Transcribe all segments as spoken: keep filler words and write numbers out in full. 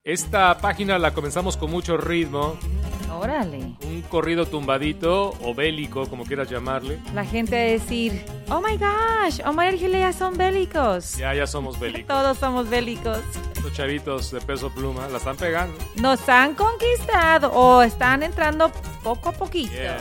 Esta página la comenzamos con mucho ritmo. Órale. Un corrido tumbadito o bélico, como quieras llamarle. La gente va a decir, oh my gosh, Omar y Julia son bélicos. Ya, ya somos bélicos. Todos somos bélicos. Los chavitos de Peso Pluma la están pegando. Nos han conquistado o están entrando poco a poquito. Yeah.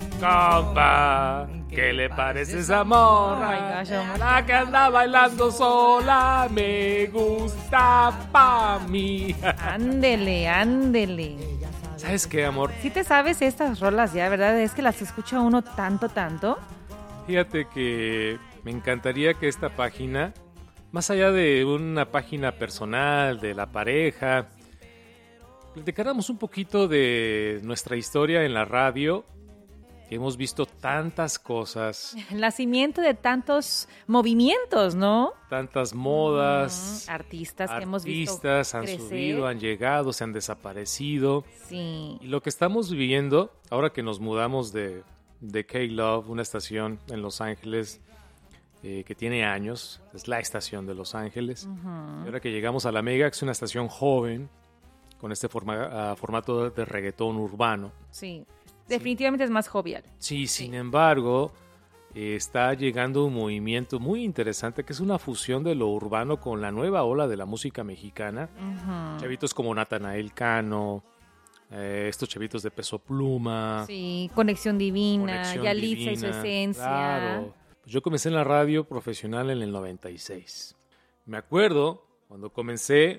Compa, ¿qué le parece esa morra? Oh my gosh, Omar. La que anda bailando sola me gusta pa' mí. Ándele, ándele. ¿Sabes qué, amor? ¿Sí te sabes estas rolas ya, verdad? Es que las escucha uno tanto, tanto. Fíjate que me encantaría que esta página, más allá de una página personal, de la pareja, platicáramos un poquito de nuestra historia en la radio. Hemos visto tantas cosas. El nacimiento de tantos movimientos, ¿no? Tantas modas. Mm, artistas que hemos visto Artistas han crecer. subido, han llegado, se han desaparecido. Sí. Y lo que estamos viviendo, ahora que nos mudamos de, de K-Love, una estación en Los Ángeles eh, que tiene años, es la estación de Los Ángeles. Uh-huh. Y ahora que llegamos a la Mega, que es una estación joven, con este forma, uh, formato de reggaetón urbano. Sí. Definitivamente es más jovial. Sí, sin embargo, eh, está llegando un movimiento muy interesante que es una fusión de lo urbano con la nueva ola de la música mexicana. Uh-huh. Chavitos como Natanael Cano, eh, estos chavitos de Peso Pluma. Sí, Conexión Divina, Conexión Yalitza y su Divina, esencia. Claro. Pues yo comencé en la radio profesional en el noventa y seis. Me acuerdo, cuando comencé,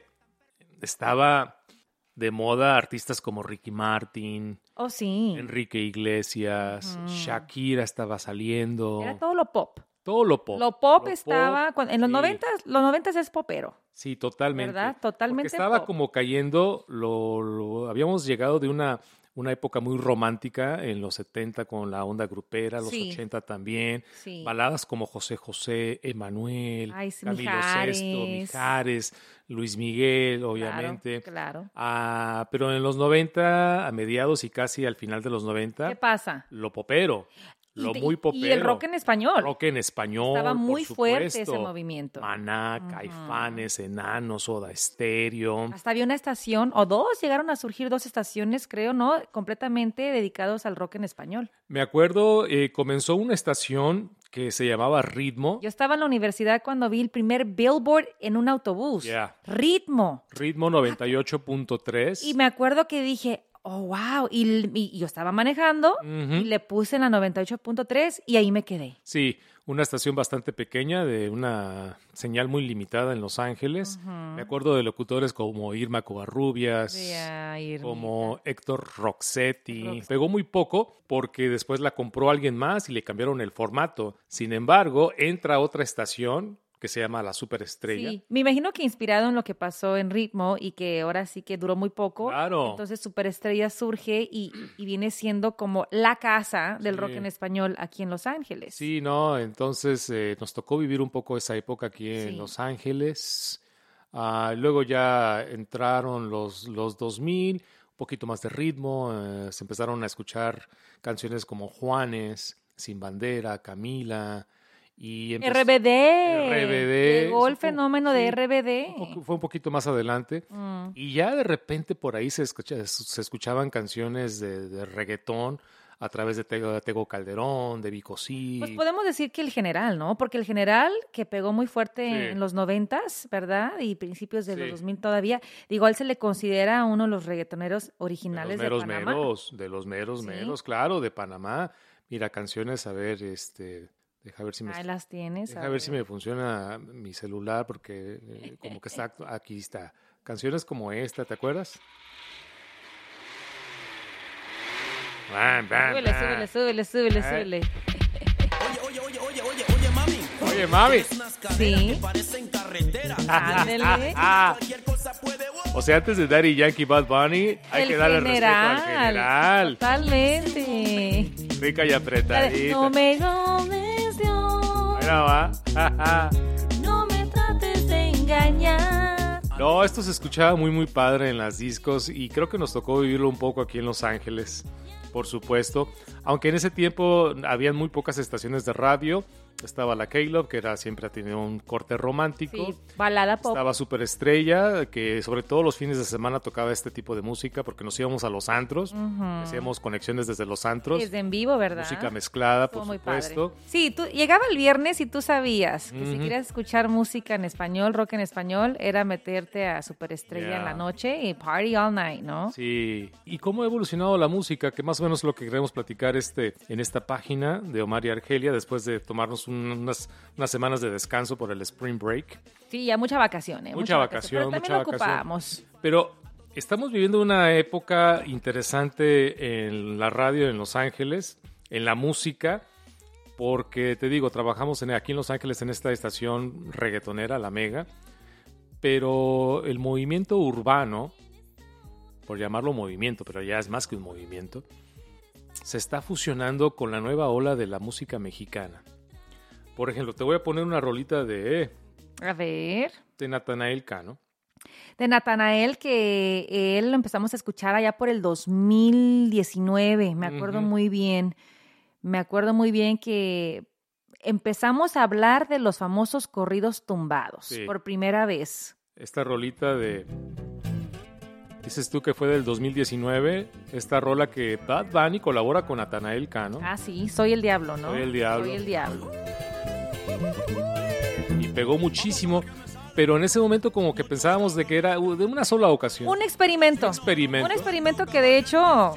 estaba de moda artistas como Ricky Martin, Oh, sí. Enrique Iglesias, Ujú. Shakira estaba saliendo. Era todo lo pop. Todo lo pop. Lo pop estaba... cuando- en los sí. noventas, los noventas es popero. Sí, totalmente. ¿Verdad? Totalmente Porque estaba pop. como cayendo, lo, lo- habíamos llegado de una, una época muy romántica en los setenta con la onda grupera, los Sí. ochenta también. Sí. Baladas como José José, Emanuel, Ay, sí, Camilo Mijares. Sesto, Mijares, Luis Miguel, obviamente. Claro, claro. Ah, pero en los noventa, a mediados y casi al final de los noventa, ¿Qué pasa? lo popero, lo Y te- muy popero. Y el rock en español. Rock en español, Estaba muy por fuerte supuesto. ese movimiento. Maná, Ujú. Caifanes, Enanos, Soda Stereo. Hasta había una estación, o dos, llegaron a surgir dos estaciones, creo, ¿no? Completamente dedicados al rock en español. Me acuerdo, eh, comenzó una estación que se llamaba Ritmo. Yo estaba en la universidad cuando vi el primer Billboard en un autobús. Yeah. Ritmo. Ritmo noventa y ocho punto tres. Y me acuerdo que dije, oh, wow. Y, y yo estaba manejando Ujú. y le puse en la noventa y ocho punto tres y ahí me quedé. Sí, una estación bastante pequeña de una señal muy limitada en Los Ángeles. Ujú. Me acuerdo de locutores como Irma Covarrubias, Sí, ay, Irmita. como Héctor Roxetti. Rox- Pegó muy poco porque después la compró alguien más y le cambiaron el formato. Sin embargo, entra otra estación que se llama La Superestrella. Sí, me imagino que inspirado en lo que pasó en Ritmo y que ahora sí que duró muy poco. Claro. Entonces Superestrella surge y, y viene siendo como la casa del Sí. rock en español aquí en Los Ángeles. Sí, no, entonces eh, nos tocó vivir un poco esa época aquí en Sí. Los Ángeles. Ah, luego ya entraron los, los dos mil, un poquito más de ritmo, eh, se empezaron a escuchar canciones como Juanes, Sin Bandera, Camila y empezó- R B D. R B D. Llegó el Fue un- fenómeno de sí, R B D. un poco- fue un poquito más adelante. Mm. Y ya de repente por ahí se, escucha- se escuchaban canciones de, de reggaetón a través de Tego, de Tego Calderón, de Vico Sí. Pues podemos decir que el general, ¿no? Porque el general, que pegó muy fuerte Sí. en los noventas, ¿verdad? Y principios de Sí. los dos mil todavía. Igual se le considera uno de los reggaetoneros De originales los de, meros Panamá. meros, de los meros Sí. meros, claro, de Panamá. Mira, canciones, a ver, este, deja ver si me, Ahí las tienes. deja ver si me funciona mi celular porque eh, como que está, act- aquí está. Canciones como esta, ¿te acuerdas? Bam, bam, Súbele, bam. súbele, súbele, súbele, Eh. súbele. Oye, oye, oye, oye, oye, mami. Oye, mami. Unas caderas Sí. que parecen carretera. Ándele. Ah, Cualquier cosa puede. o sea, antes de Daddy Yankee Bad Bunny, hay El que darle respeto al general. Totalmente. Rica y La de, apretadita. no me convenció, Bueno, va. no me trates de engañar. No, esto se escuchaba muy muy padre en las discos y creo que nos tocó vivirlo un poco aquí en Los Ángeles, por supuesto. Aunque en ese tiempo habían muy pocas estaciones de radio, Estaba la K-Love, que era, siempre ha tenido un corte romántico. Sí, balada pop. Estaba Superestrella, que sobre todo los fines de semana tocaba este tipo de música porque nos íbamos a los antros. Ujú. Hacíamos conexiones desde los antros. Desde en vivo, ¿verdad? Música mezclada, por Estuvo muy supuesto. padre. Sí, tú, llegaba el viernes y tú sabías que si Ujú. querías escuchar música en español, rock en español, era meterte a Superestrella Yeah. en la noche y party all night, ¿no? Sí. ¿Y cómo ha evolucionado la música? Que más o menos es lo que queremos platicar este, en esta página de Omar y Argelia, después de tomarnos un- unas, unas semanas de descanso por el Spring Break. Sí, ya mucha vacación, ¿eh? Mucha vacación, Pero también mucha lo vacación. ocupamos. Pero estamos viviendo una época interesante en la radio en Los Ángeles, en la música, porque te digo, trabajamos en, aquí en Los Ángeles en esta estación reggaetonera, La Mega, pero el movimiento urbano, por llamarlo movimiento, pero ya es más que un movimiento, se está fusionando con la nueva ola de la música mexicana. Por ejemplo, te voy a poner una rolita de, A ver. de Natanael Cano. De Natanael, que él lo empezamos a escuchar allá por el dos mil diecinueve, me acuerdo Ujú. muy bien. Me acuerdo muy bien que empezamos a hablar de los famosos corridos tumbados Sí. por primera vez. Esta rolita de... Dices tú que fue del dos mil diecinueve, esta rola que Bad Bunny colabora con Natanael Cano Ah, sí, Soy el Diablo, ¿no? Soy el Diablo. Soy el Diablo. y pegó muchísimo, pero en ese momento como que pensábamos de que era uh, de una sola ocasión. Un experimento. Un experimento. Un experimento que de hecho,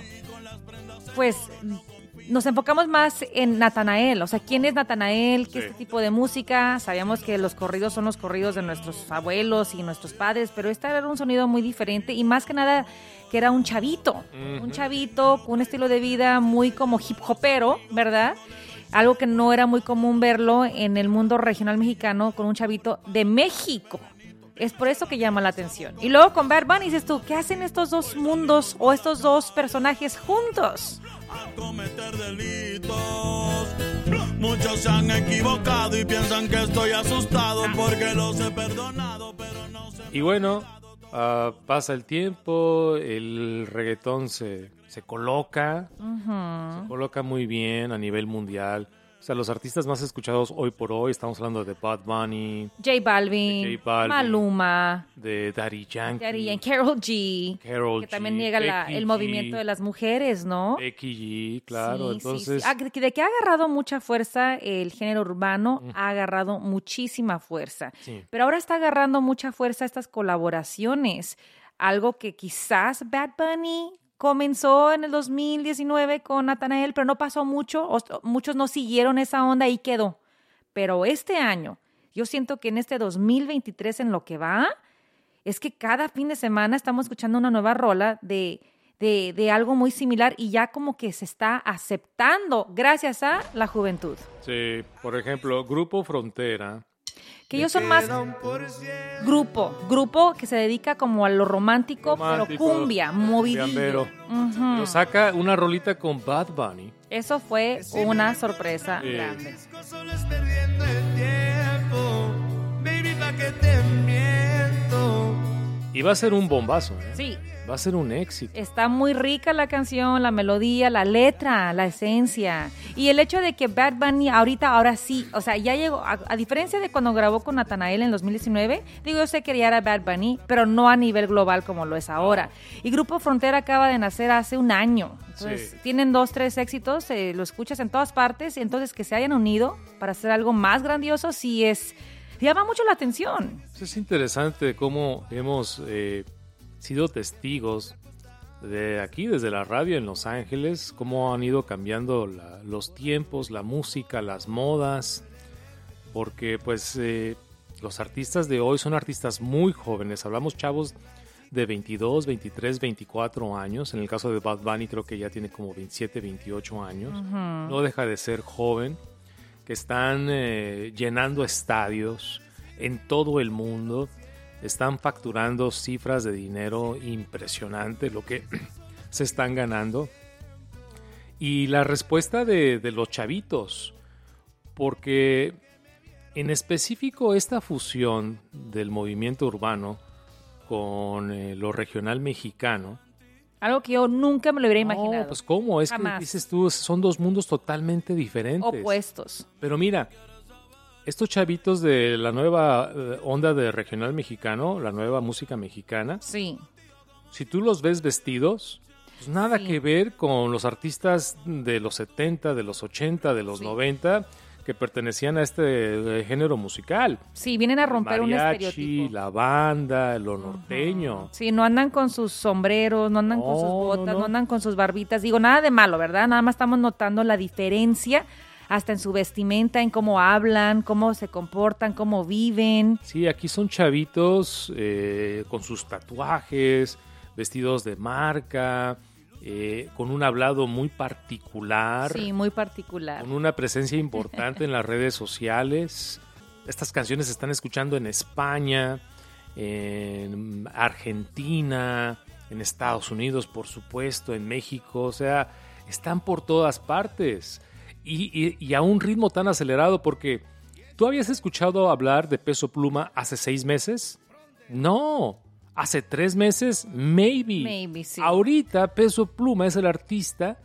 pues nos enfocamos más en Natanael. O sea, ¿quién es Natanael? ¿Qué Sí. este tipo de música? Sabíamos que los corridos son los corridos de nuestros abuelos y nuestros padres, pero este era un sonido muy diferente y más que nada que era un chavito. Ujú. Un chavito con un estilo de vida muy como hip hopero, ¿verdad? Algo que no era muy común verlo en el mundo regional mexicano con un chavito de México. Es por eso que llama la atención. Y luego con Bad Bunny dices tú, ¿qué hacen estos dos mundos o estos dos personajes juntos? A cometer delitos. Muchos se han equivocado y piensan que estoy asustado porque los he perdonado, pero no sé. Y bueno, ah, pasa el tiempo, el reggaetón se, se coloca, Ujú. se coloca muy bien a nivel mundial. O sea, los artistas más escuchados hoy por hoy, estamos hablando de Bad Bunny, J Balvin, de J Balvin, Maluma, de Daddy Yankee, Daddy Yankee, Karol G, Karol que también G, niega la- Becky el G, movimiento de las mujeres, ¿no? Becky G, claro, Sí, entonces... sí, sí. Ah, de que- de que ha agarrado mucha fuerza el género urbano, ha agarrado muchísima fuerza. Sí. Pero ahora está agarrando mucha fuerza estas colaboraciones. Algo que quizás Bad Bunny comenzó en el dos mil diecinueve con Natanael, pero no pasó mucho. o- muchos no siguieron esa onda y quedó. Pero este año, yo siento que en este dos mil veintitrés en lo que va, es que cada fin de semana estamos escuchando una nueva rola de, de, de algo muy similar y ya como que se está aceptando gracias a la juventud. Sí, por ejemplo, Grupo Frontera. Que ellos son más grupo, grupo que se dedica como a lo romántico, Romántico, pero cumbia, movidillo. cumbiambero. Ujú. Lo saca una rolita con Bad Bunny. Eso fue una sorpresa Sí. grande. Solo es perdiendo el tiempo. Baby, pa' que te miento. Y va a ser un bombazo, ¿eh? Sí, Va a ser un éxito. está muy rica la canción, la melodía, la letra, la esencia. Y el hecho de que Bad Bunny ahorita, ahora sí, o sea, ya llegó, a, a diferencia de cuando grabó con Natanael en dos mil diecinueve, digo, yo sé que ya era Bad Bunny, pero no a nivel global como lo es ahora. Y Grupo Frontera acaba de nacer hace un año. Entonces, Sí. tienen dos, tres éxitos, eh, lo escuchas en todas partes, y entonces que se hayan unido para hacer algo más grandioso, sí es, llama mucho la atención. Pues es interesante cómo hemos eh, sido testigos de aquí, desde la radio en Los Ángeles, cómo han ido cambiando la- los tiempos, la música, las modas, porque pues eh, los artistas de hoy son artistas muy jóvenes, hablamos chavos de veintidós, veintitrés, veinticuatro años, en el caso de Bad Bunny creo que ya tiene como veintisiete, veintiocho años, no deja de ser joven, que están eh, llenando estadios en todo el mundo, están facturando cifras de dinero impresionante, lo que se están ganando. Y la respuesta de, de los chavitos, porque en específico esta fusión del movimiento urbano con eh, lo regional mexicano, Algo que yo nunca me lo hubiera imaginado. no, pues cómo, es Jamás. que dices tú, son dos mundos totalmente diferentes. Opuestos. Pero mira, estos chavitos de la nueva eh, onda de regional mexicano, la nueva música mexicana, Sí. si tú los ves vestidos, pues nada Sí. que ver con los artistas de los setenta, de los ochenta, de los Sí. noventa, que pertenecían a este eh, género musical. Sí, vienen a romper un Mariachi, estereotipo. la banda, lo norteño. Sí, no andan con sus sombreros, no andan con sus No, botas, no, no, no. andan con sus barbitas. Digo, nada de malo, ¿verdad? Nada más estamos notando la diferencia hasta en su vestimenta, en cómo hablan, cómo se comportan, cómo viven. Sí, aquí son chavitos eh, con sus tatuajes, vestidos de marca, eh, con un hablado muy particular, Sí, muy particular. con una presencia importante en las redes sociales. Estas canciones se están escuchando en España, en Argentina, en Estados Unidos, por supuesto, en México. O sea, están por todas partes. Y, y- y a un ritmo tan acelerado, porque ¿tú habías escuchado hablar de Peso Pluma hace seis meses? No. ¿Hace tres meses? Maybe. Maybe, sí. Ahorita Peso Pluma es el artista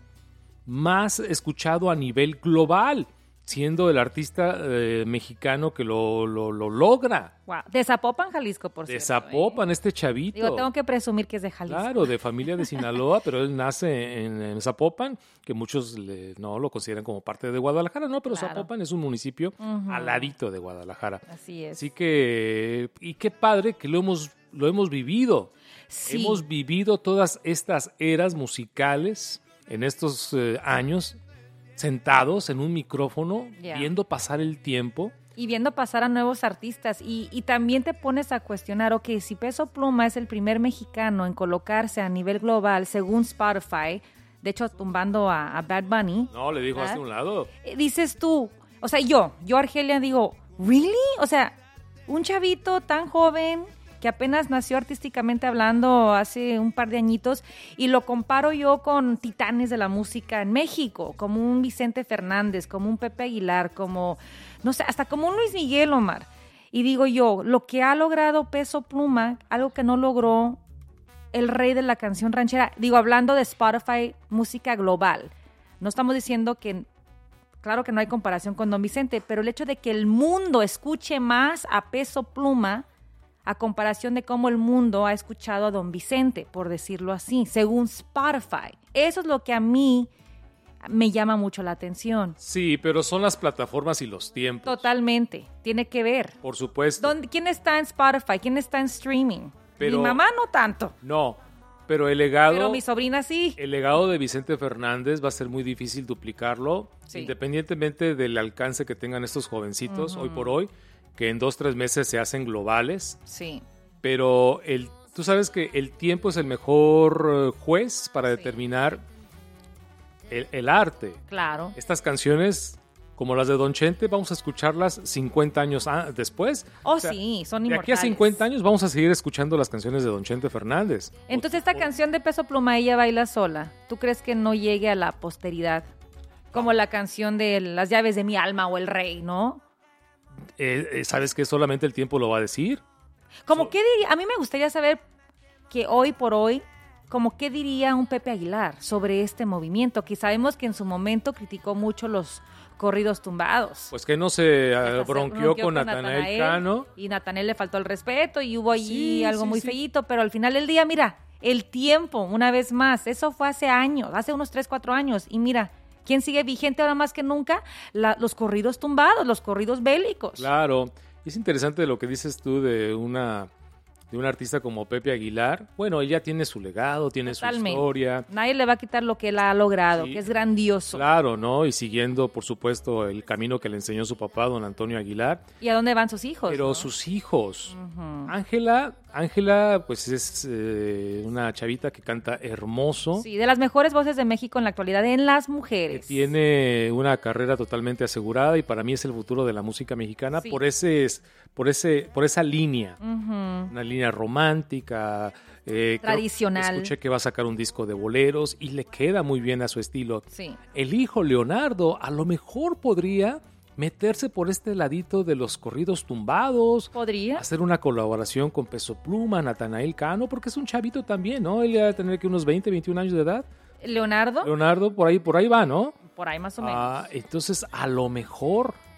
más escuchado a nivel global, siendo el artista eh, mexicano que lo, lo, lo logra. Wow. De Zapopan, Jalisco, por De cierto. Zapopan, ¿eh? este chavito. Digo, tengo que presumir que es de Jalisco. Claro, de familia de Sinaloa, pero él nace en, en Zapopan, que muchos le- no lo consideran como parte de Guadalajara, no, pero Claro. Zapopan es un municipio Ujú. al ladito de Guadalajara. Así es. Así que, y qué padre que lo hemos, lo hemos vivido. Sí. Hemos vivido todas estas eras musicales en estos eh, años, sentados en un micrófono, Ya. viendo pasar el tiempo. Y viendo pasar a nuevos artistas. Y, y también te pones a cuestionar, ok, si Peso Pluma es el primer mexicano en colocarse a nivel global, según Spotify, de hecho tumbando a, a Bad Bunny, No, le dijo hasta ¿Ah? un lado. eh, dices tú, o sea, yo, yo Argelia digo, ¿really? O sea, un chavito tan joven que apenas nació artísticamente hablando hace un par de añitos, y lo comparo yo con titanes de la música en México, como un Vicente Fernández, como un Pepe Aguilar, como, no sé, hasta como un Luis Miguel, Omar. Y digo yo, lo que ha logrado Peso Pluma, algo que no logró el rey de la canción ranchera, digo, hablando de Spotify, música global. No estamos diciendo que, claro que no hay comparación con Don Vicente, pero el hecho de que el mundo escuche más a Peso Pluma a comparación de cómo el mundo ha escuchado a Don Vicente, por decirlo así, según Spotify. Eso es lo que a mí me llama mucho la atención. Sí, pero son las plataformas y los tiempos. Totalmente, tiene que ver. Por supuesto. ¿Dónde- ¿Quién está en Spotify? ¿Quién está en streaming? Pero- Mi mamá no tanto, No, pero el legado, pero mi sobrina sí. el legado de Vicente Fernández va a ser muy difícil duplicarlo, Sí. independientemente del alcance que tengan estos jovencitos hoy por hoy, que en dos, tres meses se hacen globales. Sí, Pero el, tú sabes que el tiempo es el mejor eh, juez para Sí. determinar el, el arte. claro. Estas canciones, como las de Don Chente, vamos a escucharlas cincuenta años a- después. Oh, O sea, sí, son De aquí a inmortales. cincuenta años vamos a seguir escuchando las canciones de Don Chente Fernández. Entonces, O- esta o- canción de Peso Pluma, Ella Baila Sola, ¿tú crees que no llegue a la posteridad? Como la canción de Las Llaves de mi Alma o El Rey, ¿no? eh, eh, ¿Sabes que solamente el tiempo lo va a decir? Como qué diría, a mí me gustaría saber que hoy por hoy, como qué diría un Pepe Aguilar sobre este movimiento, que sabemos que en su momento criticó mucho los corridos tumbados. Pues que no se Hasta eh, se bronqueó con Natanael Cano. Y Natanael le faltó el respeto y hubo allí Sí, algo sí, muy sí. feíto, pero al final del día, mira, el tiempo, una vez más, eso fue hace años, hace unos tres, cuatro años, y mira, ¿quién sigue vigente ahora más que nunca? La- los corridos tumbados, los corridos bélicos. Claro. Y es interesante lo que dices tú de una de un artista como Pepe Aguilar. Bueno, ella tiene su legado, tiene Totalmente. su historia. Nadie le va a quitar lo que él ha logrado, Sí. que es grandioso. Claro, ¿no? Y siguiendo, por supuesto, el camino que le enseñó su papá, don Antonio Aguilar. ¿Y a dónde van sus hijos? Pero no? sus hijos. Ujú. Ángela, Ángela, pues es eh, una chavita que canta hermoso. Sí, de las mejores voces de México en la actualidad en las Que mujeres. tiene una carrera totalmente asegurada y para mí es el futuro de la música mexicana Sí. por ese por ese por esa línea, Ujú. una línea romántica, eh, creo- Tradicional. escuché que va a sacar un disco de boleros y le queda muy bien a su estilo. Sí. El hijo Leonardo a lo mejor podría meterse por este ladito de los corridos tumbados, ¿Podría? hacer una colaboración con Peso Pluma, Natanael Cano, porque es un chavito también, ¿no? Él debe tener que unos veinte, veintiún años de edad. Leonardo, Leonardo por ahí por ahí va, ¿no? por ahí más o menos. Ah, entonces, a lo mejor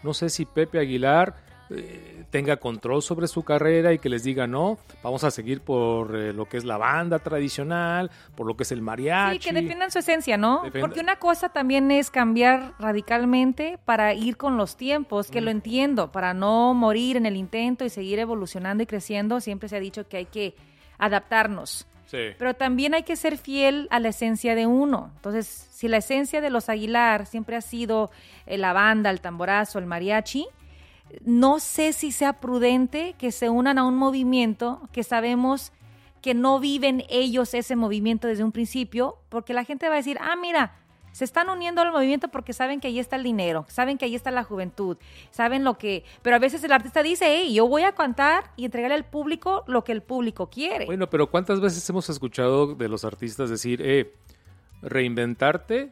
No sé si Pepe Aguilar eh, tenga control sobre su carrera y que les diga, no, vamos a seguir por eh, lo que es la banda tradicional, por lo que es el mariachi. Sí, que defiendan su esencia, ¿no? Defenda- Porque una cosa también es cambiar radicalmente para ir con los tiempos, que mm. lo entiendo, para no morir en el intento y seguir evolucionando y creciendo. Siempre se ha dicho que hay que adaptarnos. Sí. Pero también hay que ser fiel a la esencia de uno. Entonces, si la esencia de los Aguilar siempre ha sido eh, la banda, el tamborazo, el mariachi, no sé si sea prudente que se unan a un movimiento que sabemos que no viven ellos ese movimiento desde un principio, porque la gente va a decir, ah, mira, se están uniendo al movimiento porque saben que ahí está el dinero, saben que ahí está la juventud, saben lo que... Pero a veces el artista dice, hey, yo voy a cantar y entregarle al público lo que el público quiere. Bueno, pero ¿cuántas veces hemos escuchado de los artistas decir, eh, reinventarte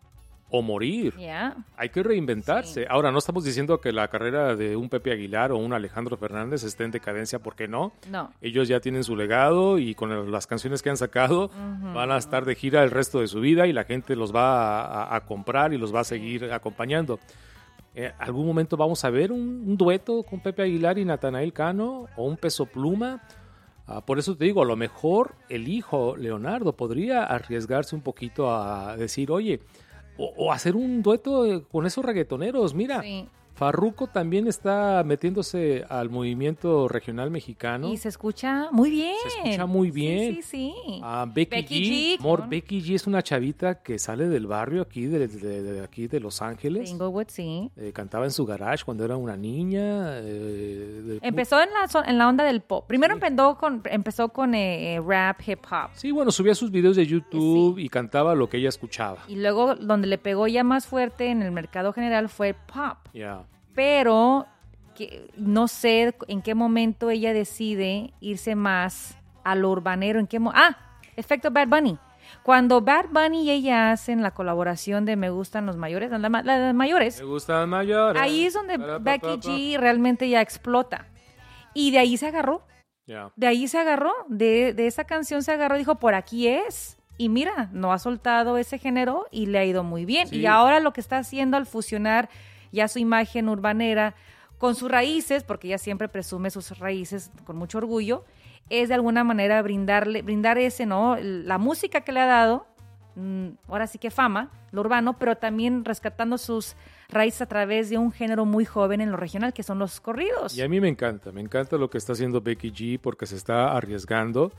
o morir? Yeah. Hay que reinventarse. Sí. Ahora, no estamos diciendo que la carrera de un Pepe Aguilar o un Alejandro Fernández esté en decadencia, ¿por qué no? No. Ellos ya tienen su legado y con el, las canciones que han sacado uh-huh. van a estar de gira el resto de su vida y la gente los va a, a, a comprar y los va a seguir acompañando. Eh, ¿Algún momento vamos a ver un, un dueto con Pepe Aguilar y Natanael Cano o un Peso Pluma? Uh, por eso te digo, a lo mejor el hijo Leonardo podría arriesgarse un poquito a decir, oye, O, o hacer un dueto con esos reggaetoneros. Mira, sí. Farruko también está metiéndose al movimiento regional mexicano. Y se escucha muy bien. Se escucha muy bien. Sí, sí, sí. Uh, Becky, Becky G. G More, Becky G es una chavita que sale del barrio aquí de, de, de, aquí de Los Ángeles. De Inglewood, sí. Eh, cantaba en su garage cuando era una niña. Eh, de... Empezó en la, en la onda del pop. Primero sí. empezó con, empezó con eh, rap, hip hop. Sí, bueno, subía sus videos de YouTube sí. y cantaba lo que ella escuchaba. Y luego donde le pegó ya más fuerte en el mercado general fue pop. Ya. Yeah. Pero que, no sé en qué momento ella decide irse más a lo urbanero. ¿En qué mo- ah, efecto Bad Bunny. Cuando Bad Bunny y ella hacen la colaboración de Me Gustan los Mayores, las la, la, mayores. Me Gustan Mayores. Ahí es donde para, Becky pa, pa, pa. G realmente ya explota. Y de ahí se agarró. Yeah. De ahí se agarró. De, de esa canción se agarró y dijo, por aquí es. Y mira, no ha soltado ese género y le ha ido muy bien. Sí. Y ahora lo que está haciendo al fusionar ya su imagen urbanera con sus raíces, porque ella siempre presume sus raíces con mucho orgullo, es de alguna manera brindarle, brindar ese, ¿no? La música que le ha dado, ahora sí que fama, lo urbano, pero también rescatando sus raíces a través de un género muy joven en lo regional, que son los corridos. Y a mí me encanta, me encanta lo que está haciendo Becky G, porque se está arriesgando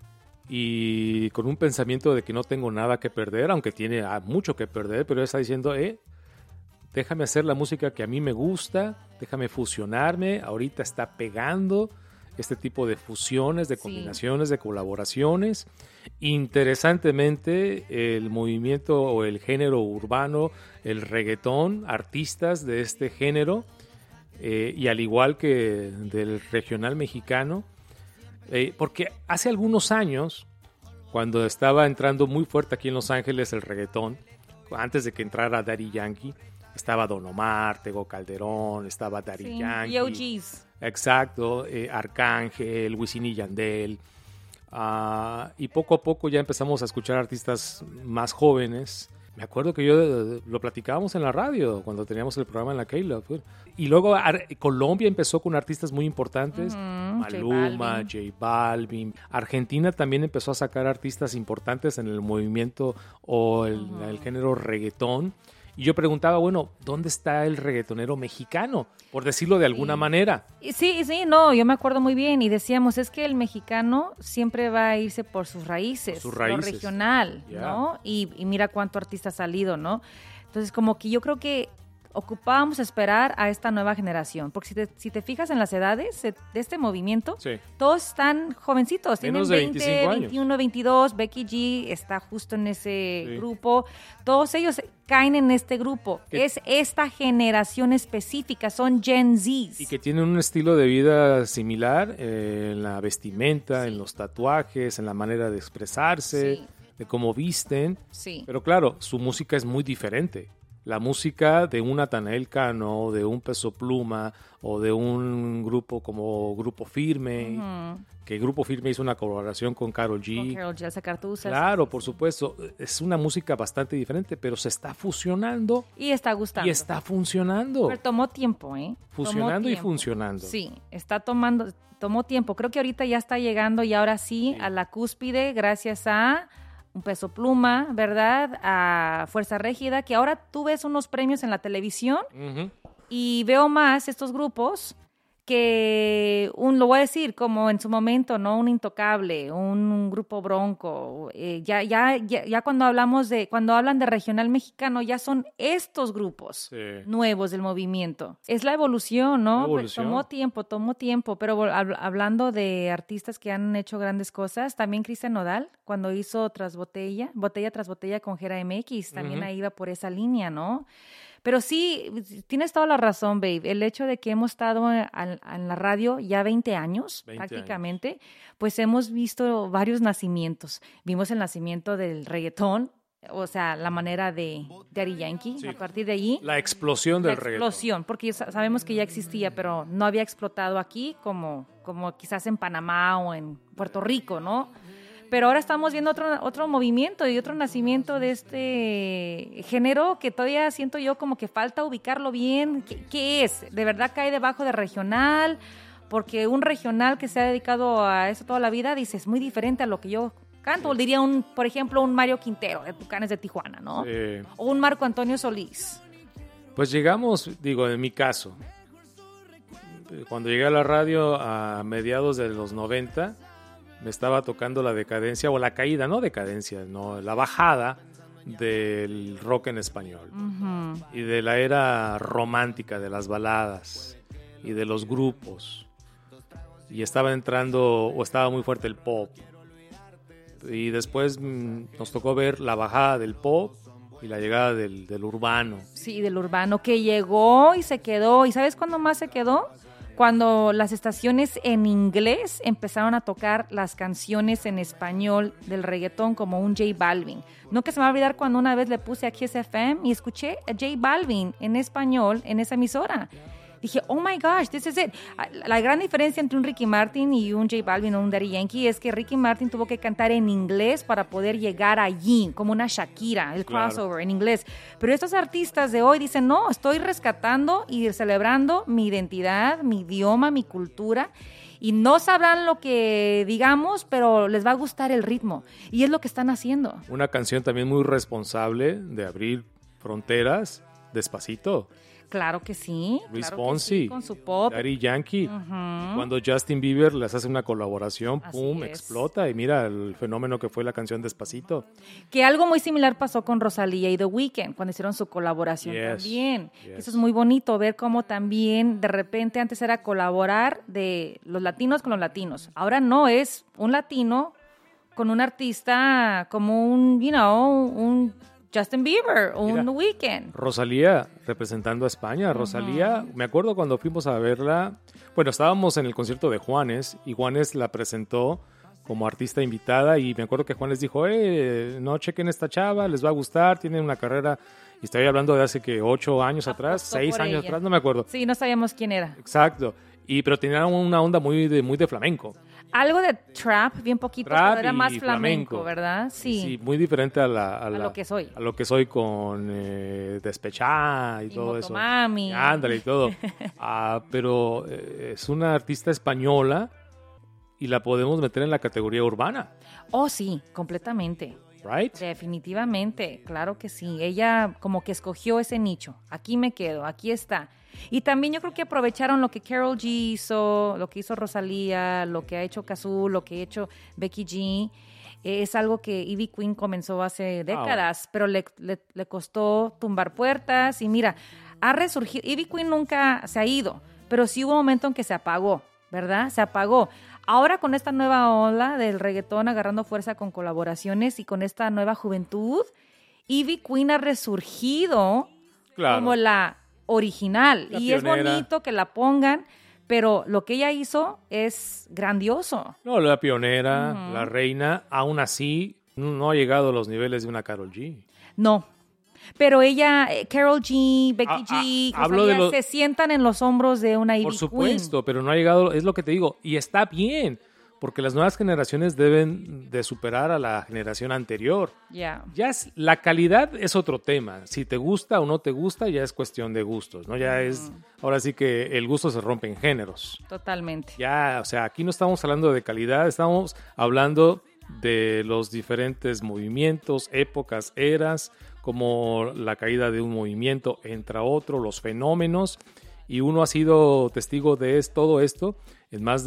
y con un pensamiento de que no tengo nada que perder, aunque tiene mucho que perder, pero está diciendo, eh, déjame hacer la música que a mí me gusta, déjame fusionarme, ahorita está pegando este tipo de fusiones, de combinaciones, sí. de colaboraciones. Interesantemente, el movimiento o el género urbano, el reggaetón, artistas de este género, eh, y al igual que del regional mexicano, eh, porque hace algunos años, cuando estaba entrando muy fuerte aquí en Los Ángeles el reggaetón, antes de que entrara Daddy Yankee, estaba Don Omar, Tego Calderón, estaba Daddy sí, Yankee. Y O Gs. Exacto, eh, Arcángel, Wisin y Yandel. Uh, y poco a poco ya empezamos a escuchar artistas más jóvenes. Me acuerdo que yo eh, lo platicábamos en la radio cuando teníamos el programa en la K-Love. Y luego Ar- Colombia empezó con artistas muy importantes. Uh-huh, Maluma, J J Balvin. Argentina también empezó a sacar artistas importantes en el movimiento o el, uh-huh. el género reggaetón. Y yo preguntaba, bueno, ¿dónde está el reggaetonero mexicano? Por decirlo de alguna sí. manera. Sí, sí, no, yo me acuerdo muy bien. Y decíamos, es que el mexicano siempre va a irse por sus raíces, por sus raíces. Lo regional, yeah. ¿no? Y, y mira cuánto artista ha salido, ¿no? Entonces, como que yo creo que ocupábamos esperar a esta nueva generación. Porque si te, si te fijas en las edades de este movimiento, sí. todos están jovencitos. Menos tienen de veinte, veintiuno, veintidós. Becky G está justo en ese sí. grupo. Todos ellos caen en este grupo. ¿Qué? Es esta generación específica, son Gen Zs. Y que tienen un estilo de vida similar eh, en la vestimenta, sí. en los tatuajes, en la manera de expresarse, sí. de cómo visten. Sí. Pero claro, su música es muy diferente. la música de un Natanael Cano, de un Peso Pluma o de un grupo como Grupo Firme, uh-huh. que Grupo Firme hizo una colaboración con Karol G. Con Karol G, sacar tus. Claro, por supuesto. Es una música bastante diferente, pero se está fusionando. Y está gustando. Y está funcionando. Pero tomó tiempo, ¿eh? Fusionando tomó y funcionando. Sí, está tomando, tomó tiempo. Creo que ahorita ya está llegando y ahora sí, sí. a la cúspide gracias a un Peso Pluma, ¿verdad? A Fuerza Régida, que ahora tú ves unos premios en la televisión uh-huh. y veo más estos grupos que, un, lo voy a decir, como en su momento, ¿no? Un Intocable, un, un Grupo Bronco. Eh, ya, ya, ya, ya cuando hablamos de, cuando hablan de regional mexicano, ya son estos grupos sí. nuevos del movimiento. Es la evolución, ¿no? La evolución. Tomó tiempo, tomó tiempo, pero hab- hablando de artistas que han hecho grandes cosas, también Cristian Nodal, cuando hizo Tras Botella, Botella Tras Botella con Gera M X, también uh-huh. ahí iba por esa línea, ¿no? Pero sí, tienes toda la razón, babe. El hecho de que hemos estado en, en la radio ya veinte años, veinte prácticamente, años. Pues hemos visto varios nacimientos. Vimos el nacimiento del reggaetón, o sea, la manera de Daddy Yankee, sí. a partir de ahí. La explosión del la reggaetón. explosión, porque sabemos que ya existía, pero no había explotado aquí como, como quizás en Panamá o en Puerto Rico, ¿no? Pero ahora estamos viendo otro, otro movimiento y otro nacimiento de este género que todavía siento yo como que falta ubicarlo bien. ¿Qué, qué es? ¿De verdad cae debajo de regional? Porque un regional que se ha dedicado a eso toda la vida, dice, es muy diferente a lo que yo canto. Sí. Diría, un, por ejemplo, un Mario Quintero de Tucanes de Tijuana, ¿no? Sí. O un Marco Antonio Solís. Pues llegamos, digo, en mi caso, cuando llegué a la radio a mediados de los noventa, me estaba tocando la decadencia o la caída, no decadencia, no, la bajada del rock en español uh-huh. y de la era romántica de las baladas y de los grupos, y estaba entrando o estaba muy fuerte el pop, y después mmm, nos tocó ver la bajada del pop y la llegada del, del urbano. Sí, del urbano que llegó y se quedó. ¿Y sabes cuándo más se quedó? Cuando las estaciones en inglés empezaron a tocar las canciones en español del reggaetón, como un J Balvin. Nunca se me va a olvidar cuando una vez le puse a Kiss F M y escuché a J Balvin en español en esa emisora. Dije, oh my gosh, this is it. La gran diferencia entre un Ricky Martin y un J Balvin o un Daddy Yankee es que Ricky Martin tuvo que cantar en inglés para poder llegar allí, como una Shakira, el crossover claro. en inglés. Pero estos artistas de hoy dicen, no, estoy rescatando y celebrando mi identidad, mi idioma, mi cultura. Y no sabrán lo que digamos, pero les va a gustar el ritmo. Y es lo que están haciendo. Una canción también muy responsable de abrir fronteras, Despacito. Claro que sí. Luis claro Fonsi, que sí, con su pop. Daddy Yankee. Uh-huh. Cuando Justin Bieber les hace una colaboración, Así pum, es. explota. Y mira el fenómeno que fue la canción Despacito. Que algo muy similar pasó con Rosalía y The Weeknd cuando hicieron su colaboración yes. también. Yes. Eso es muy bonito, ver cómo también de repente antes era colaborar de los latinos con los latinos. Ahora no, es un latino con un artista como un, you know, un Justin Bieber o un The Weeknd. Rosalía representando a España. Uh-huh. Rosalía, me acuerdo cuando fuimos a verla, bueno, estábamos en el concierto de Juanes y Juanes la presentó como artista invitada y me acuerdo que Juanes dijo, eh, no chequen esta chava, les va a gustar, tiene una carrera, y estoy hablando de hace que ocho años Apostó atrás, seis años ella. atrás, no me acuerdo. Sí, no sabíamos quién era. Exacto. Y, pero tenía una onda muy de, muy de flamenco. Algo de trap, bien poquito, trap pero era más y flamenco, flamenco, ¿verdad? Sí. Sí, muy diferente a, la, a, a la, lo que soy. A lo que soy con eh, Despechá y, y todo eso. Motomami. Ándale y todo. ah, pero eh, es una artista española y la podemos meter en la categoría urbana. Oh, sí, completamente. Right? Definitivamente, claro que sí. Ella como que escogió ese nicho. Aquí me quedo, aquí está. Y también yo creo que aprovecharon lo que Karol G hizo, lo que hizo Rosalía, lo que ha hecho Cazzu, lo que ha hecho Becky G. Es algo que Ivy Queen comenzó hace décadas, oh. pero le, le, le costó tumbar puertas. Y mira, ha resurgido. Ivy Queen nunca se ha ido, pero sí hubo un momento en que se apagó, ¿verdad? Se apagó. Ahora con esta nueva ola del reggaetón agarrando fuerza con colaboraciones y con esta nueva juventud, Ivy Queen ha resurgido claro. como la original. La y pionera. Es bonito que la pongan, pero lo que ella hizo es grandioso. No, la pionera, uh-huh. la reina, aún así no ha llegado a los niveles de una Karol G. No. Pero ella, eh, Karol G, Becky Ah, ah, G, o hablo sea, de ellas lo- se sientan en los hombros de una Ivy Por Queen. supuesto, pero no ha llegado, es lo que te digo, y está bien, porque las nuevas generaciones deben de superar a la generación anterior. Ya. Ya es, la calidad es otro tema. Si te gusta o no te gusta, ya es cuestión de gustos, ¿no? Ya es, ahora sí que el gusto se rompe en géneros. Totalmente. Ya, o sea, aquí no estamos hablando de calidad, estamos hablando de los diferentes movimientos, épocas, eras, como la caída de un movimiento entra otro, los fenómenos, y uno ha sido testigo de es, todo esto en más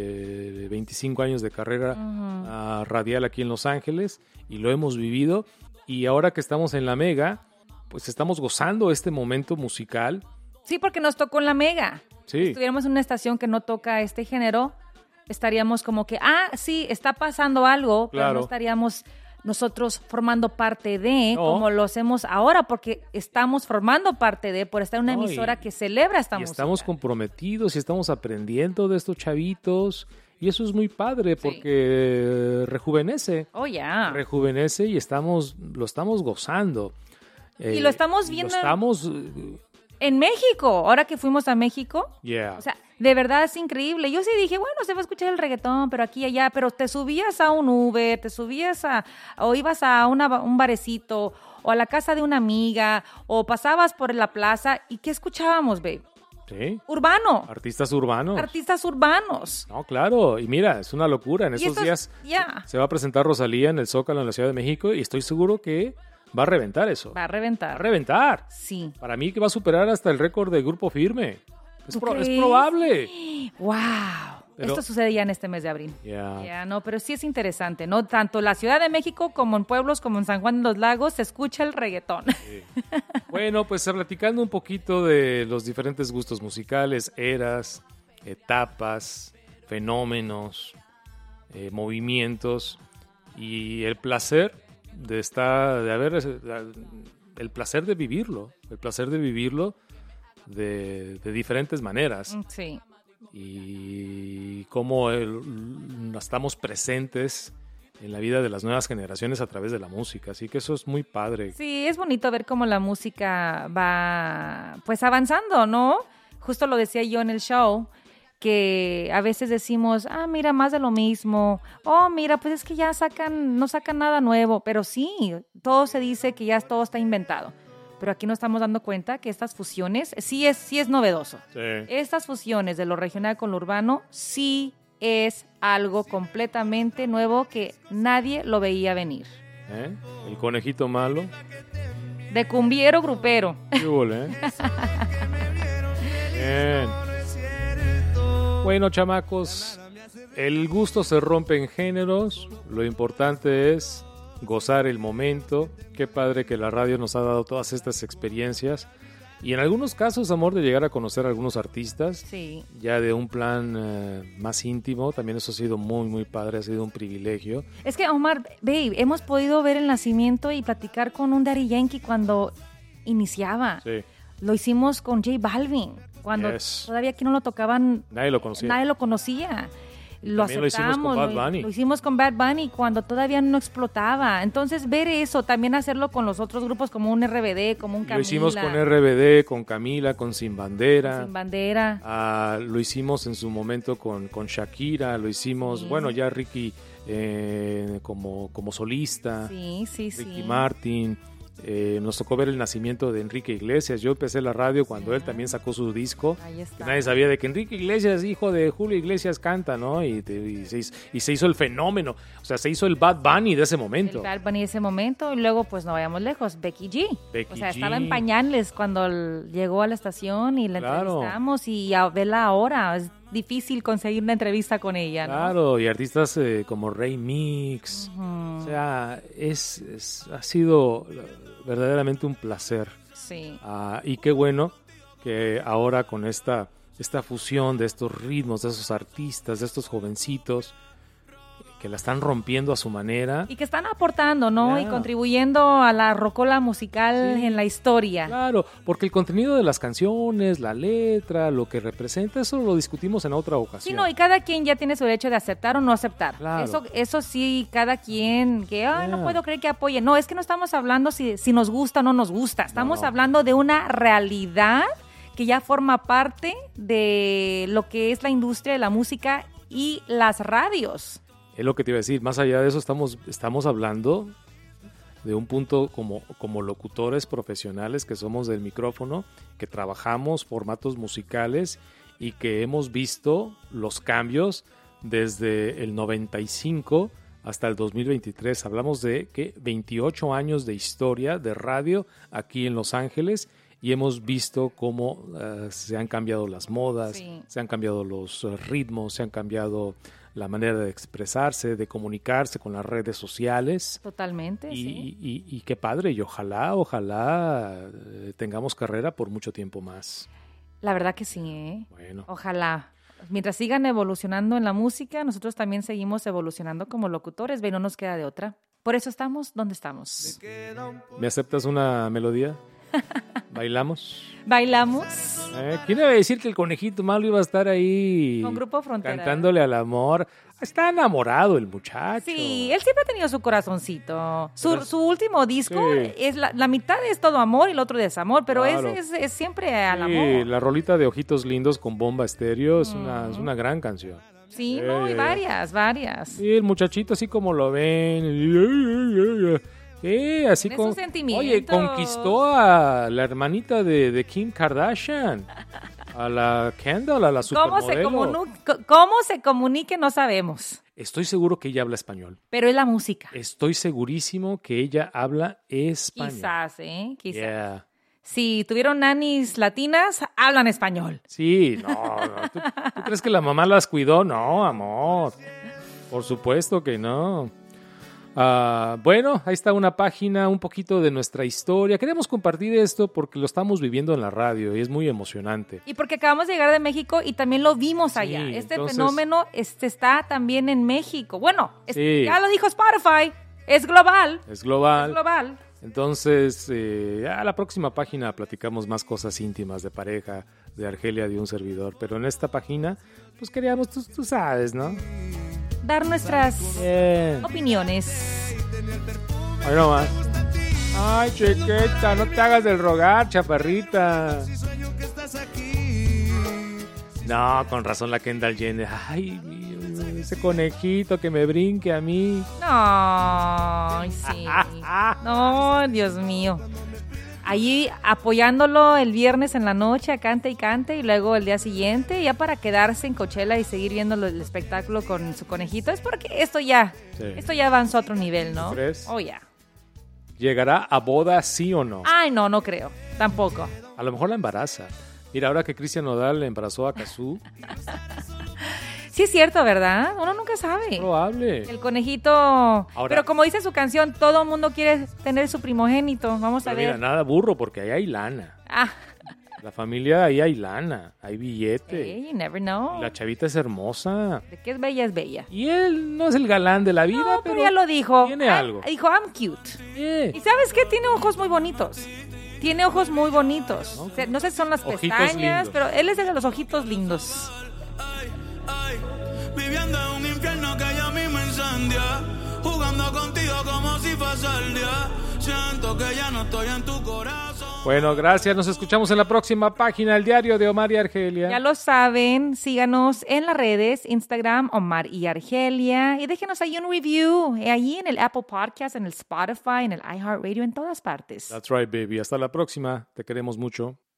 de veinticinco años de carrera uh, radial aquí en Los Ángeles, y lo hemos vivido, y ahora que estamos en la Mega, pues estamos gozando este momento musical. Sí, porque nos tocó en la Mega. Sí. Si estuviéramos en una estación que no toca este género, estaríamos como que, ah, sí, está pasando algo, pero Claro. no estaríamos nosotros formando parte de, No. como lo hacemos ahora, porque estamos formando parte de, por estar en una No, y- emisora que celebra esta Y música. estamos comprometidos y estamos aprendiendo de estos chavitos. Y eso es muy padre Sí. porque rejuvenece. Oh, ya. Rejuvenece y estamos, lo estamos gozando. Y Eh, lo estamos viendo Lo en- estamos... eh, En México, ahora que fuimos a México, yeah. o sea, de verdad es increíble. Yo sí dije, bueno, se va a escuchar el reggaetón, pero aquí y allá, pero te subías a un Uber, te subías a, o ibas a una, un barecito, o a la casa de una amiga, o pasabas por la plaza, ¿y qué escuchábamos, babe? Sí. Urbano, Artistas urbanos. artistas urbanos. No, claro. Y mira, es una locura. En Y estos esto es- días ya, se va a presentar Rosalía en el Zócalo en la Ciudad de México y estoy seguro que va a reventar eso. va a Va a reventar. reventar. Sí. Para mí que va a superar hasta el récord de Grupo Firme. Es, ¿Tú pro- es crees? probable. ¡Wow! Pero- Esto sucede ya en este mes de abril. Ya. Ya, no, pero sí es interesante, ¿no? Tanto la Ciudad de México como en pueblos como en San Juan de los Lagos se escucha el reggaetón. Bueno, pues platicando un poquito de los diferentes gustos musicales, eras, etapas, fenómenos, eh, movimientos y el placer de estar, de haber, el placer de vivirlo, el placer de vivirlo de, de diferentes maneras. Sí. Y cómo el- estamos presentes en la vida de las nuevas generaciones a través de la música. Así que eso es muy padre. Sí, es bonito ver cómo la música va pues avanzando, ¿no? Justo lo decía yo en el show, que a veces decimos, ah, mira, más de lo mismo. Oh, mira, pues es que ya sacan, no sacan nada nuevo. Pero sí, todo se dice que ya todo está inventado. Pero aquí nos estamos dando cuenta que estas fusiones sí es, sí es novedoso. Sí. Estas fusiones de lo regional con lo urbano sí es algo completamente nuevo que nadie lo veía venir. ¿Eh? El conejito malo. De cumbiero grupero. ¿Qué huele, eh? Bien. Bueno, chamacos, el gusto se rompe en géneros. Lo importante es gozar el momento. Qué padre que la radio nos ha dado todas estas experiencias. Y en algunos casos, amor, de llegar a conocer a algunos artistas. Sí. Ya de un plan eh, más íntimo. También eso ha sido muy, muy padre. Ha sido un privilegio. Es que, Omar, babe, hemos podido ver el nacimiento y platicar con un Daddy Yankee cuando iniciaba. Sí. Lo hicimos con J Balvin, cuando Yes. todavía aquí no lo tocaban, Nadie lo conocía. nadie lo conocía. Lo También lo hicimos con aceptamos, Bad lo- Bunny. Lo, hicimos con Bad Bunny cuando todavía no explotaba. Entonces, ver eso, también hacerlo con los otros grupos como un R B D, como un Camila. Lo hicimos con R B D, con Camila, con Sin Bandera. Sin Bandera. Ah, lo hicimos en su momento con, con Shakira, lo hicimos, Sí. bueno, ya Ricky eh, como, como solista, Sí, sí, sí. Ricky Martin. Eh, nos tocó ver el nacimiento de Enrique Iglesias. Yo empecé la radio cuando él también sacó su disco. Ahí Que está. nadie sabía de que Enrique Iglesias, hijo de Julio Iglesias, canta, ¿no? Y, te- y se hizo, y se hizo el fenómeno. O sea, se hizo el Bad Bunny de ese momento. El Bad Bunny de ese momento, y luego, pues no vayamos lejos, Becky G. Becky o sea, G. estaba en pañales cuando l- llegó a la estación y la Claro. entrevistamos, y a verla ahora. Es difícil conseguir una entrevista con ella, ¿no? Claro, y artistas eh, como Rey Mix. O sea, es, es- ha sido verdaderamente un placer. Sí. Ah, y qué bueno que ahora con esta, esta fusión de estos ritmos, de esos artistas, de estos jovencitos, que la están rompiendo a su manera. Y que están aportando, ¿no? Yeah. Y contribuyendo a la rocola musical Sí. en la historia. Claro, porque el contenido de las canciones, la letra, lo que representa, eso lo discutimos en otra ocasión. Sí, no, y cada quien ya tiene su derecho de aceptar o no aceptar. Claro. Eso, eso sí, cada quien, que, ay, no Yeah. puedo creer que apoye. No, es que no estamos hablando si, si nos gusta o no nos gusta. Estamos No. hablando de una realidad que ya forma parte de lo que es la industria de la música y las radios. Es lo que te iba a decir, más allá de eso estamos, estamos hablando de un punto como, como locutores profesionales que somos del micrófono, que trabajamos formatos musicales y que hemos visto los cambios desde el noventa y cinco hasta el dos mil veintitrés. Hablamos de ¿qué? veintiocho años de historia de radio aquí en Los Ángeles y hemos visto cómo uh, se han cambiado las modas, Sí. se han cambiado los uh, ritmos, se han cambiado la manera de expresarse, de comunicarse con las redes sociales. Totalmente, Y, sí. y- y qué padre, y ojalá, ojalá eh, tengamos carrera por mucho tiempo más. La verdad que sí, ¿eh? Bueno, Ojalá. Mientras sigan evolucionando en la música, nosotros también seguimos evolucionando como locutores, ve, no nos queda de otra. Por eso estamos donde estamos. ¿me aceptas una melodía? ¿Bailamos? Bailamos Eh, ¿Quién iba a decir que el conejito malo iba a estar ahí con Grupo Frontera. cantándole al amor? Está enamorado el muchacho. Sí, él siempre ha tenido su corazoncito. Su, Pero- su último disco, Sí. es la, la mitad es todo amor y el otro desamor, pero Claro. ese es, es siempre al Sí, amor. la rolita de Ojitos Lindos con Bomba Estéreo es, una, es una gran canción. Sí, Sí, no, y ya, ya. varias, varias. Sí, el muchachito así como lo ven. Eh, así Tiene como. sus sentimientos. Oye, conquistó a la hermanita de, de Kim Kardashian. A la Kendall, a la ¿Cómo se, supermodelo. comunu- ¿Cómo se comunique? No sabemos. Estoy seguro que ella habla español. Pero es la música. Estoy segurísimo que ella habla español. Quizás, ¿eh? Quizás. Yeah. Si tuvieron nanis latinas, hablan español. Sí, no, no. ¿Tú, tú crees que la mamá las cuidó? No, amor. Por supuesto que no. Ah, bueno, ahí está una página, un poquito de nuestra historia. Queremos compartir esto porque lo estamos viviendo en la radio y es muy emocionante. Y porque acabamos de llegar de México y también lo vimos allá. Sí, este entonces- fenómeno este, está también en México. Bueno, es- Sí. ya lo dijo Spotify, es global. Es global. Es global. Entonces, eh, a la próxima página platicamos más cosas íntimas de pareja, de Argelia, de un servidor. Pero en esta página, pues queríamos, tú, tú sabes, ¿no? Dar nuestras Bien. opiniones. Ahí nomás. Ay, chiquita, no te hagas del rogar, chaparrita. No, con razón la Kendall Jenner. Ay, mi- ese conejito que me brinque a mí. Ay, sí. No, Dios mío. Allí apoyándolo el viernes en la noche, cante y cante, y luego el día siguiente, ya para quedarse en Coachella y seguir viendo el espectáculo con su conejito. Es porque esto ya, Sí. esto ya avanzó a otro nivel, ¿no? ¿Crees? Oh, ya. ¿Llegará a boda sí o no? Ay, no, no creo. Tampoco. A lo mejor la embaraza. Mira, ahora que Cristian Nodal embarazó a Cazzu, Sí es cierto, ¿verdad? Uno nunca sabe. probable. El conejito... Ahora- Pero como dice su canción, todo el mundo quiere tener su primogénito. Vamos a Pero mira, ver. nada burro, porque ahí hay lana. Ah, La familia, ahí hay lana, hay billete. hey, you never know. La chavita es hermosa. De que es bella, es bella. Y él no es el galán de la vida, No, pero pero ya lo dijo. tiene Ah, algo. Dijo, I'm cute. Eh, ¿Y sabes qué? Tiene ojos muy bonitos. Tiene ojos muy bonitos. ¿No? O sea, no sé si son las Ojitos pestañas, lindos. pero él es de los ojitos lindos. Ay, ay, viviendo en un infierno que ella misma incendia, jugando contigo como si fuese el día. Siento que ya no estoy en tu corazón. Bueno, gracias. Nos escuchamos en la próxima página, el diario de Omar y Argelia. Ya lo saben, síganos en las redes, Instagram, Omar y Argelia, y déjenos ahí un review, eh, allí en el Apple Podcast, en el Spotify, en el iHeartRadio, en todas partes. That's right, baby. Hasta la próxima. Te queremos mucho.